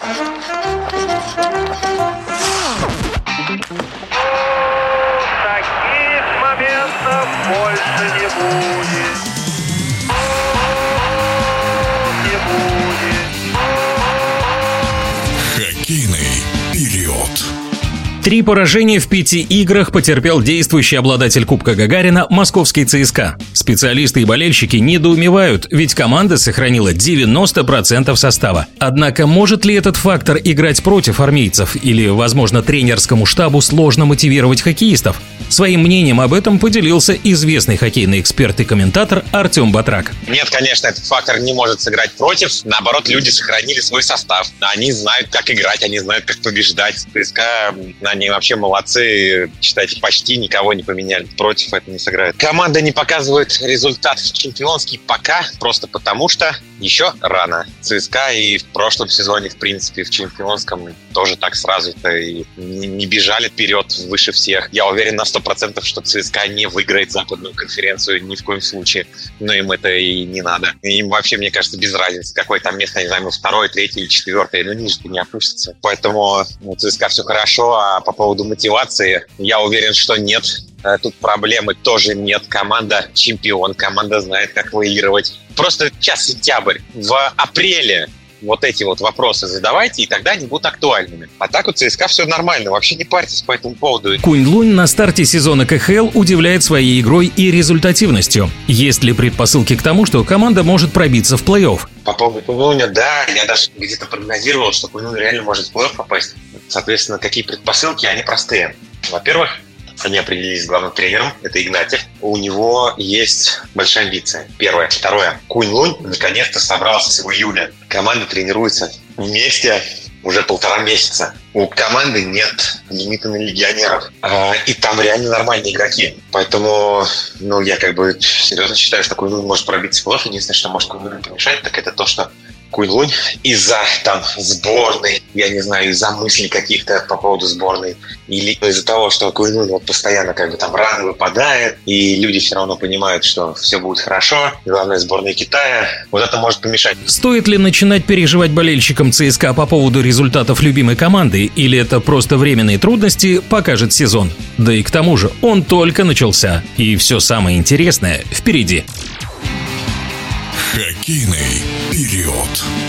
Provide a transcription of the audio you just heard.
Таких моментов больше не будет. Не будет. Хоккейный период. 3 поражения в 5 играх потерпел действующий обладатель Кубка Гагарина московский ЦСКА. Специалисты и болельщики недоумевают, ведь команда сохранила 90% состава. Однако может ли этот фактор играть против армейцев или, возможно, тренерскому штабу сложно мотивировать хоккеистов? Своим мнением об этом поделился известный хоккейный эксперт и комментатор Артем Батрак. Нет, конечно, этот фактор не может сыграть против. Наоборот, люди сохранили свой состав. Они знают, как играть, они знают, как побеждать. ЦСКА, они вообще молодцы. Считайте, почти никого не поменяли. Против это не сыграет. Команда не показывает результат чемпионский пока, просто потому что еще рано. ЦСКА и в прошлом сезоне, в принципе, в чемпионском тоже так сразу-то и не бежали вперед выше всех. Я уверен на 100%, что ЦСКА не выиграет западную конференцию ни в коем случае. Но им это и не надо. Им вообще, мне кажется, без разницы, какое там место они займут, 2-й, 3-й или 4-й, но ниже-то не опустятся. Поэтому у ЦСКА все хорошо, а по поводу мотивации, я уверен, что нет. Тут проблемы тоже нет. Команда чемпион, команда знает, как выигрывать. Просто сейчас сентябрь. В апреле вот эти вот вопросы задавайте, и тогда они будут актуальными. А так у ЦСКА все нормально, вообще не парьтесь по этому поводу. Кунь-Лунь на старте сезона КХЛ удивляет своей игрой и результативностью. Есть ли предпосылки к тому, что команда может пробиться в плей-офф? По поводу Кунь-Луня, да, я даже где-то прогнозировал, что Кунь-Лунь реально может в плей-офф попасть. Соответственно, какие предпосылки? Они простые. Во-первых, они определились с главным тренером, это Игнатьев. У него есть большая амбиция. Первое. Второе. Кунь-Лунь наконец-то собрался с июля. Команда тренируется вместе уже 1,5 месяца. У команды нет лимита на легионеров. И там реально нормальные игроки. Поэтому, я серьезно считаю, что Кунь-Лунь может пробиться в плей-офф. Единственное, что может Кунь-Лунь помешать, так это то, что Кунь-Лунь из-за сборной, я не знаю, из-за мыслей каких-то по поводу сборной, или из-за того, что Кунь-Лунь постоянно рано выпадает, и люди все равно понимают, что все будет хорошо, главное сборная Китая, вот это может помешать. Стоит ли начинать переживать болельщикам ЦСКА по поводу результатов любимой команды, или это просто временные трудности, покажет сезон? Да и к тому же он только начался, и все самое интересное впереди. Хоккейный период.